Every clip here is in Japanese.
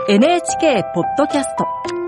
NHK ポッドキャスト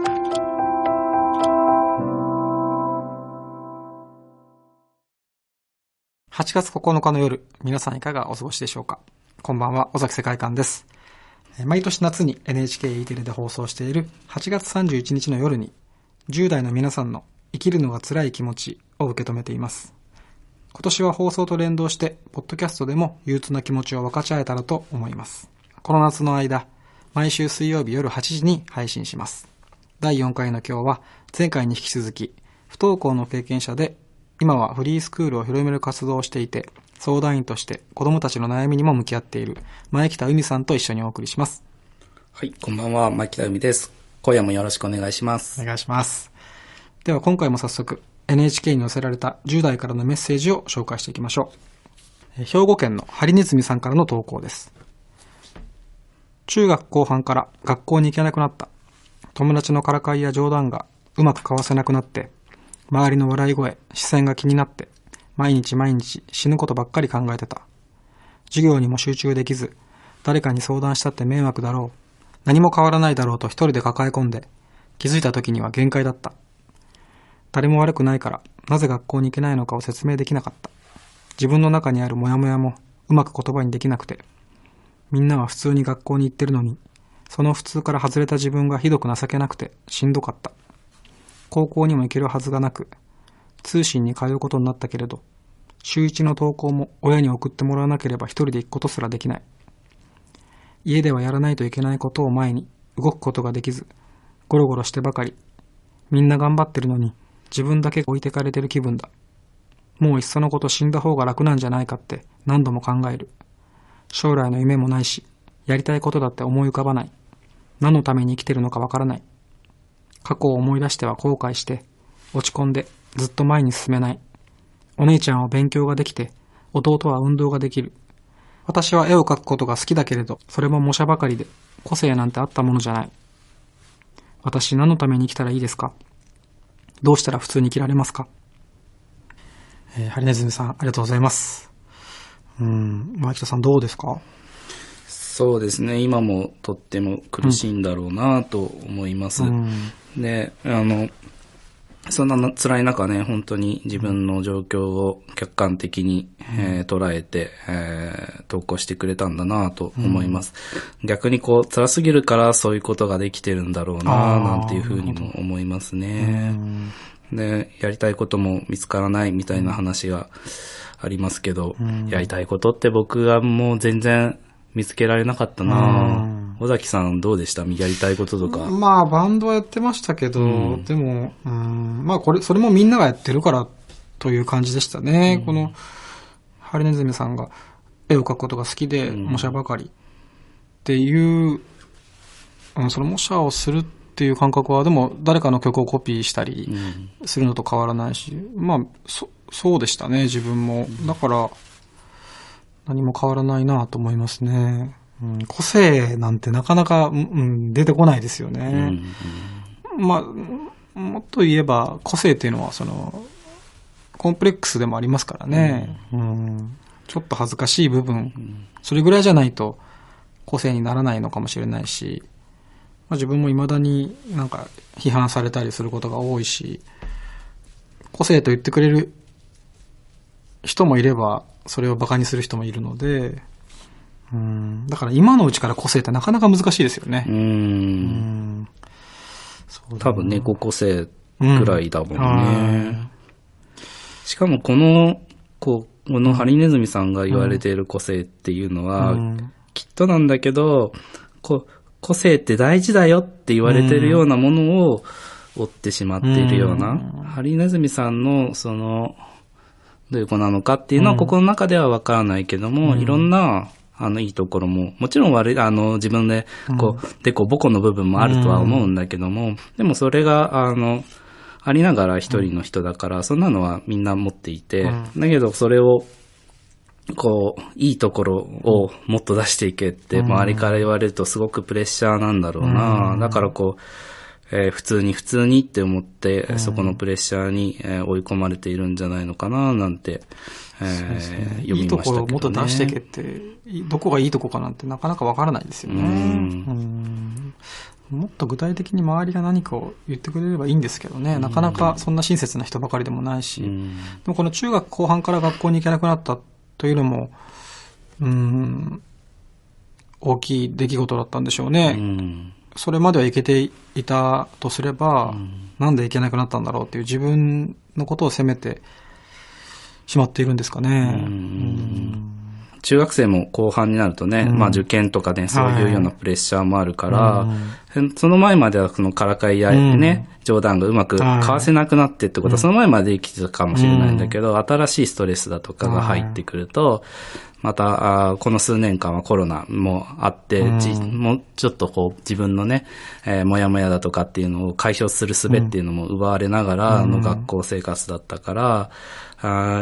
8月9日の夜、皆さんいかがお過ごしでしょうか。こんばんは、尾崎世界観です。毎年夏に NHKE テレで放送している8月31日の夜に、10代の皆さんの生きるのが辛い気持ちを受け止めています。今年は放送と連動して、ポッドキャストでも憂鬱な気持ちを分かち合えたらと思います。この夏の間、毎週水曜日夜8時に配信します。第4回の今日は、前回に引き続き、不登校の経験者で、今はフリースクールを広める活動をしていて、相談員として子供たちの悩みにも向き合っている前北海さんと一緒にお送りします。 はい、こんばんは、前北海です。今夜もよろしくお願いします。 お願いします。では今回も早速、NHK に寄せられた10代からのメッセージを紹介していきましょう。兵庫県のハリネズミさんからの投稿です。中学後半から学校に行けなくなった。友達のからかいや冗談がうまく交わせなくなって、周りの笑い声、視線が気になって、毎日死ぬことばっかり考えてた。授業にも集中できず、誰かに相談したって迷惑だろう。何も変わらないだろうと一人で抱え込んで、気づいた時には限界だった。誰も悪くないから、なぜ学校に行けないのかを説明できなかった。自分の中にあるモヤモヤもうまく言葉にできなくて、みんなは普通に学校に行ってるのに、その普通から外れた自分がひどく情けなくてしんどかった。高校にも行けるはずがなく、通信に通うことになったけれど、週1の登校も親に送ってもらわなければ一人で行くことすらできない。家ではやらないといけないことを前に動くことができず、ゴロゴロしてばかり。みんな頑張ってるのに自分だけ置いてかれてる気分だ。もういっそのこと死んだ方が楽なんじゃないかって何度も考える。将来の夢もないし、やりたいことだって思い浮かばない。何のために生きてるのかわからない。過去を思い出しては後悔して、落ち込んでずっと前に進めない。お姉ちゃんは勉強ができて、弟は運動ができる。私は絵を描くことが好きだけれど、それも模写ばかりで、個性なんてあったものじゃない。私何のために生きたらいいですか？どうしたら普通に生きられますか？ハリネズミさん、ありがとうございます。前北さんどうですか？ そうですね、今もとっても苦しいんだろうなと思います。で、そんな辛い中ね、本当に自分の状況を客観的に、捉えて、投稿してくれたんだなと思います。逆にこう辛すぎるからそういうことができてるんだろうななんていうふうにも思いますね。で、やりたいことも見つからないみたいな話がありますけど、やりたいことって僕はもう全然見つけられなかったな。尾崎さんどうでした？やりたいこととか。 まあバンドはやってましたけど、でもまあそれもみんながやってるからという感じでしたね。このハリネズミさんが絵を描くことが好きで模写ばかりっていう、その模写をするっていう感覚はでも誰かの曲をコピーしたりするのと変わらないし、まあそうでしたね、自分も。だから何も変わらないなと思いますね。個性なんてなかなか、出てこないですよね。まあ、もっと言えば個性っていうのはそのコンプレックスでもありますからね。ちょっと恥ずかしい部分、それぐらいじゃないと個性にならないのかもしれないし、まあ、自分も未だになんか批判されたりすることが多いし、個性と言ってくれる人もいればそれをバカにする人もいるので、だから今のうちから個性ってなかなか難しいですよね。 多分猫個性くらいだもんね。しかもこのハリネズミさんが言われている個性っていうのは、きっとなんだけど、個性って大事だよって言われているようなものを追ってしまっているような、ハリネズミさんのそのどういう子なのかっていうのはここの中ではわからないけども、いろんないいところも、もちろん自分で、でこぼこの部分もあるとは思うんだけども、でもそれが、ありながら一人の人だから、そんなのはみんな持っていて、だけどそれを、いいところをもっと出していけって、周りから言われるとすごくプレッシャーなんだろうな。だから普通にって思って、そこのプレッシャーに、追い込まれているんじゃないのかな、なんて、読みましたけどね。 いいところをもっと出してけって、どこがいいとこかなんてなかなかわからないですよね。 もっと具体的に周りが何かを言ってくれればいいんですけどね、なかなかそんな親切な人ばかりでもないし、でもこの中学後半から学校に行けなくなったというのも、大きい出来事だったんでしょうね。それまでは行けていたとすれば、なんで行けなくなったんだろうっていう自分のことを責めてしまっているんですかね。 中学生も後半になるとね、受験とかね、そういうようなプレッシャーもあるから、その前まではそのからかいやね、冗談がうまく交わせなくなってってことは、その前まで生きてたかもしれないんだけど、新しいストレスだとかが入ってくると、また、この数年間はコロナもあって、もうちょっとこう自分のね、もやもやだとかっていうのを解消する術っていうのも奪われながらの学校生活だったから、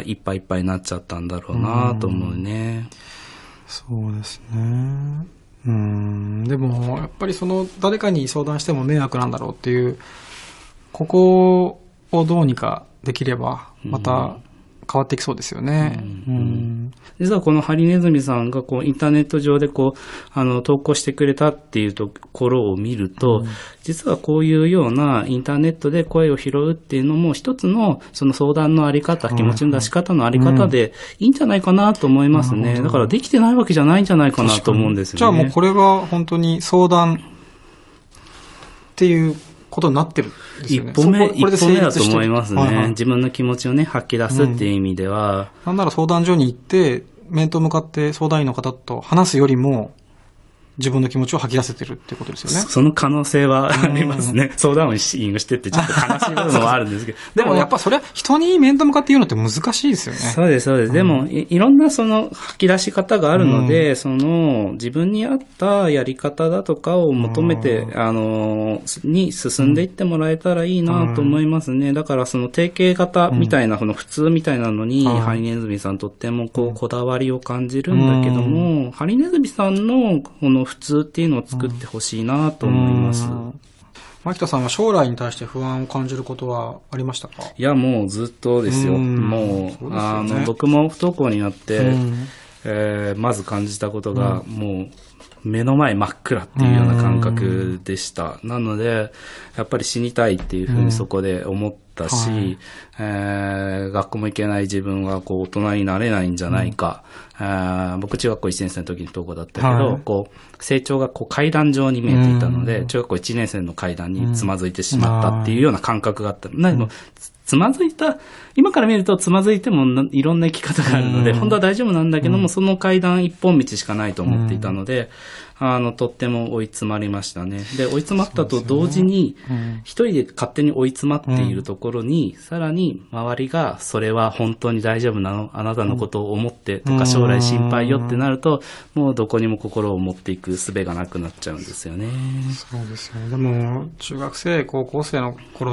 いっぱいいっぱいになっちゃったんだろうなと思うね。 そうですね。でも、やっぱりその誰かに相談しても迷惑なんだろうっていう、ここをどうにかできれば、また、変わってきそうですよね。 実はこのハリネズミさんがこうインターネット上でこう投稿してくれたっていうところを見ると、実はこういうようなインターネットで声を拾うっていうのも一つのその相談のあり方、気持ちの出し方のあり方でいいんじゃないかなと思いますね。だからできてないわけじゃないんじゃないかなと思うんですよね。 じゃあもうこれが本当に相談っていうことになってるんですよね。 一歩目だと思いますね。自分の気持ちをね、吐き出すっていう意味では。 なんなら相談所に行って、面と向かって相談員の方と話すよりも、自分の気持ちを吐き出せてるっていうことですよね。 その可能性はありますね。相談員してってちょっと悲しい部分はあるんですけど。 でもやっぱそれは人に面と向かって言うのって難しいですよね。 そうです、そうです。でも、いろんなその吐き出し方があるので、その自分に合ったやり方だとかを求めて、に進んでいってもらえたらいいなと思いますね。だからその定型型みたいな、この普通みたいなのに、ハリネズミさんとってもこうこだわりを感じるんだけども、ハリネズミさんのこの普通っていうのを作ってほしいなと思います。 牧田さんは将来に対して不安を感じることはありましたか？ いや、もうずっとですよ。もう、僕も不登校になって、まず感じたことが、もう目の前真っ暗っていうような感覚でした。なので、やっぱり死にたいっていうふうにそこで思ったし、学校も行けない自分はこう大人になれないんじゃないか。僕中学校1年生の時に不登校だったけど、こう成長がこう階段状に見えていたので、中学校1年生の階段につまずいてしまったっていうような感覚があった。でもつまずいた、今から見るとつまずいてもいろんな生き方があるので、本当は大丈夫なんだけども、その階段一本道しかないと思っていたので、とっても追い詰まりましたね。で、追い詰まったと同時に、一人で勝手に追い詰まっているところに、さらに周りが、それは本当に大丈夫なの？あなたのことを思ってとか、将来心配よってなると、もうどこにも心を持っていく術がなくなっちゃうんですよね。 そうですよね。でも、中学生、高校生の頃って、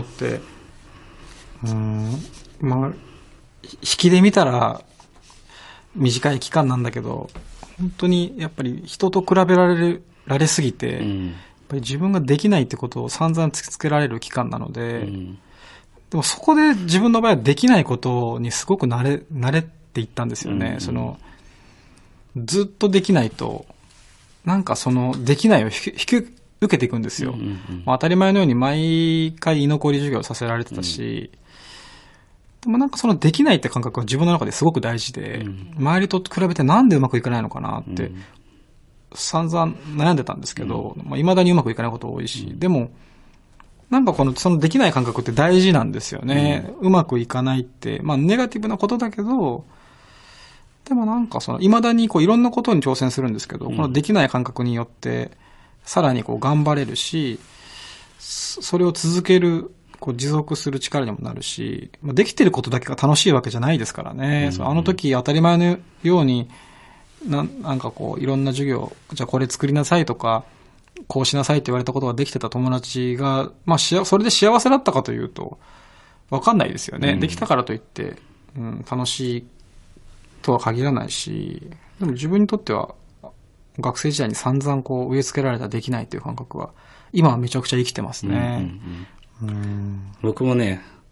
引きで見たら短い期間なんだけど、本当にやっぱり人と比べられすぎて、やっぱり自分ができないってことを散々突きつけられる期間なので、でもそこで自分の場合はできないことにすごく慣れていったんですよね。ずっとできないと、なんかそのできないを受けていくんですよ。当たり前のように毎回居残り授業させられてたし、でもなんかそのできないって感覚は自分の中ですごく大事で、周りと比べてなんでうまくいかないのかなって散々悩んでたんですけど、未だにうまくいかないこと多いし、でもなんかそのできない感覚って大事なんですよね。うまくいかないって、ネガティブなことだけど、でもなんか未だにいろんなことに挑戦するんですけど、このできない感覚によってさらに頑張れるし、それを続ける持続する力にもなるし、できてることだけが楽しいわけじゃないですからね。あの時当たり前のようになんかいろんな授業、じゃあこれ作りなさいとか、こうしなさいって言われたことができてた友達が、それで幸せだったかというと、わかんないですよね。できたからといって、楽しいとは限らないし、でも自分にとっては、学生時代に散々植え付けられたできないという感覚は、今はめちゃくちゃ生きてますね。 僕もね、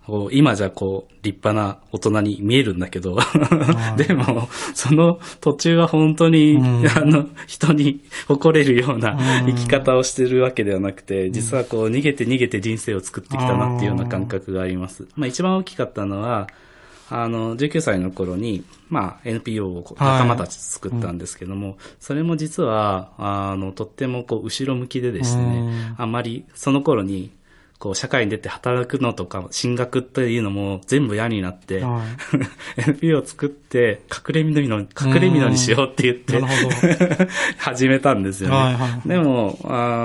今じゃ立派な大人に見えるんだけど、でも、その途中は本当に、人に誇れるような生き方をしてるわけではなくて、実は逃げて逃げて人生を作ってきたなっていうような感覚があります。一番大きかったのは、19歳の頃に、NPO を仲間たちと作ったんですけども、それも実は、とっても後ろ向きでですね、あんまりその頃に、社会に出て働くのとか、進学っていうのも全部嫌になって、NPO を作って、隠れ蓑にしようって言って、始めたんですよね。でも、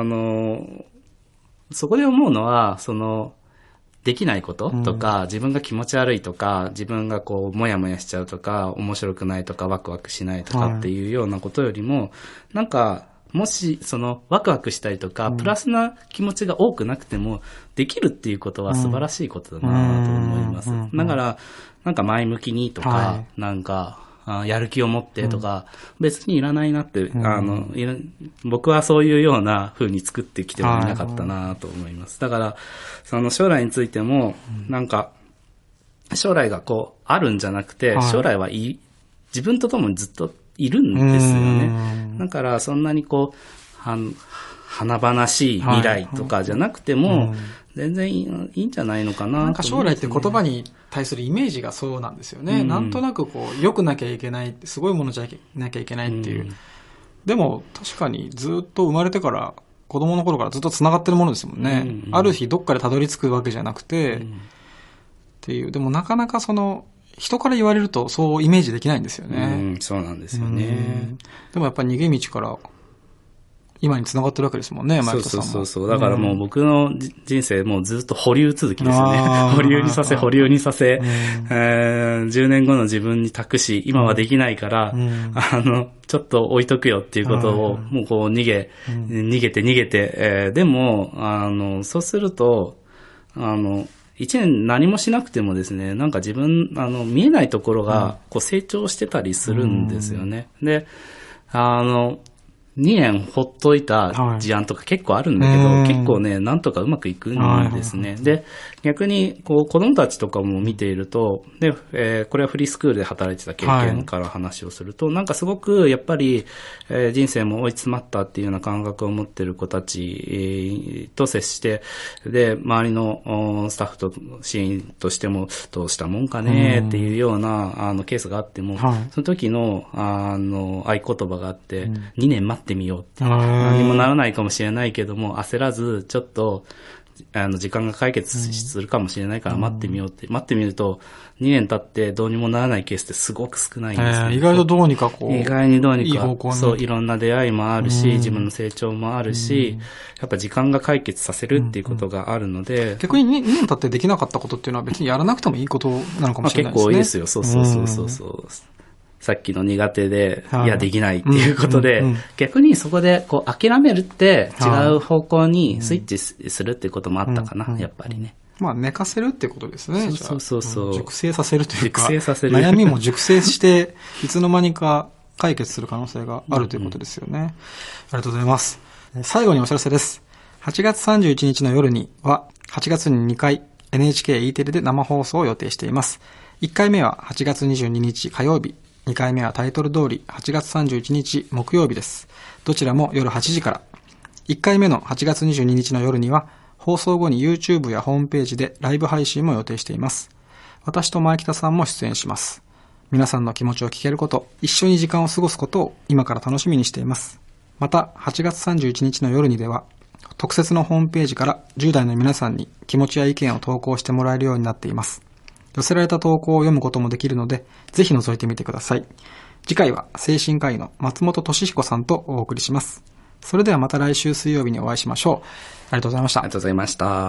そこで思うのは、できないこととか、自分が気持ち悪いとか、自分がもやもやしちゃうとか、面白くないとか、ワクワクしないとかっていうようなことよりも、もし、ワクワクしたりとか、プラスな気持ちが多くなくても、できるっていうことは素晴らしいことだなと思います。だから、前向きにとか、やる気を持ってとか、別にいらないなって、僕はそういうような風に作ってきてもいなかったなと思います。だから、将来についても、将来があるんじゃなくて、将来は自分と共にずっといるんですよね。だからそんなに華々しい未来とかじゃなくても、全然いいんじゃないのかな。 将来って言葉に対するイメージがそうなんですよね。なんとなく良くなきゃいけない、すごいものじゃなきゃいけないっていう。でも確かにずっと生まれてから、子供の頃からずっと繋がってるものですもんね。ある日どっかでたどり着くわけじゃなくて、っていう。でもなかなか人から言われるとそうイメージできないんですよね。 そうなんですよね。 でもやっぱり逃げ道から今に繋がってるわけですもんね、前田さんも。 そう。だからもう僕の人生もうずっと保留続きですよね。保留にさせ、10年後の自分に託し、今はできないから、ちょっと置いとくよっていうことを、もう逃げて、でも、そうすると、一年何もしなくてもですね、自分、見えないところが、成長してたりするんですよね。で、2年ほっといた事案とか結構あるんだけど、結構ね、なんとかうまくいくんですね。で、逆に、子供たちとかも見ていると、で、これはフリースクールで働いてた経験から話をすると、すごく、やっぱり、人生も追い詰まったっていうような感覚を持っている子たちと接して、で、周りのスタッフと支援としても、どうしたもんかねっていうような、ケースがあっても、その時の、合言葉があって、2年待ってみようって。何もならないかもしれないけども、焦らず、ちょっと、時間が解決するかもしれないから待ってみようって。待ってみると、2年経ってどうにもならないケースってすごく少ないんですね。 意外とどうにか意外にどうにか。 いい方向に。 そう、いろんな出会いもあるし、自分の成長もあるし、やっぱ時間が解決させるっていうことがあるので。 逆に2年経ってできなかったことっていうのは別にやらなくてもいいことなのかもしれないですね。 結構いいですよ。そう。さっきの苦手で、いや、できないっていうことで、逆にそこで、諦めるって、違う方向にスイッチするっていうこともあったかな、やっぱりね。 寝かせるってことですね。 そう。 熟成させるというか、 熟成させる。 悩みも熟成して、いつの間にか解決する可能性があるということですよね。ありがとうございます。最後にお知らせです。8月31日の夜には、8月に2回 NHKE テレで生放送を予定しています。1回目は8月22日火曜日。2回目はタイトル通り8月31日木曜日です。どちらも夜8時から。1回目の8月22日の夜には放送後に YouTube やホームページでライブ配信も予定しています。私と前北さんも出演します。皆さんの気持ちを聞けること、一緒に時間を過ごすことを今から楽しみにしています。また8月31日の夜にでは特設のホームページから10代の皆さんに気持ちや意見を投稿してもらえるようになっています。寄せられた投稿を読むこともできるので、ぜひ覗いてみてください。次回は精神科医の松本俊彦さんとお送りします。それではまた来週水曜日にお会いしましょう。ありがとうございました。 ありがとうございました。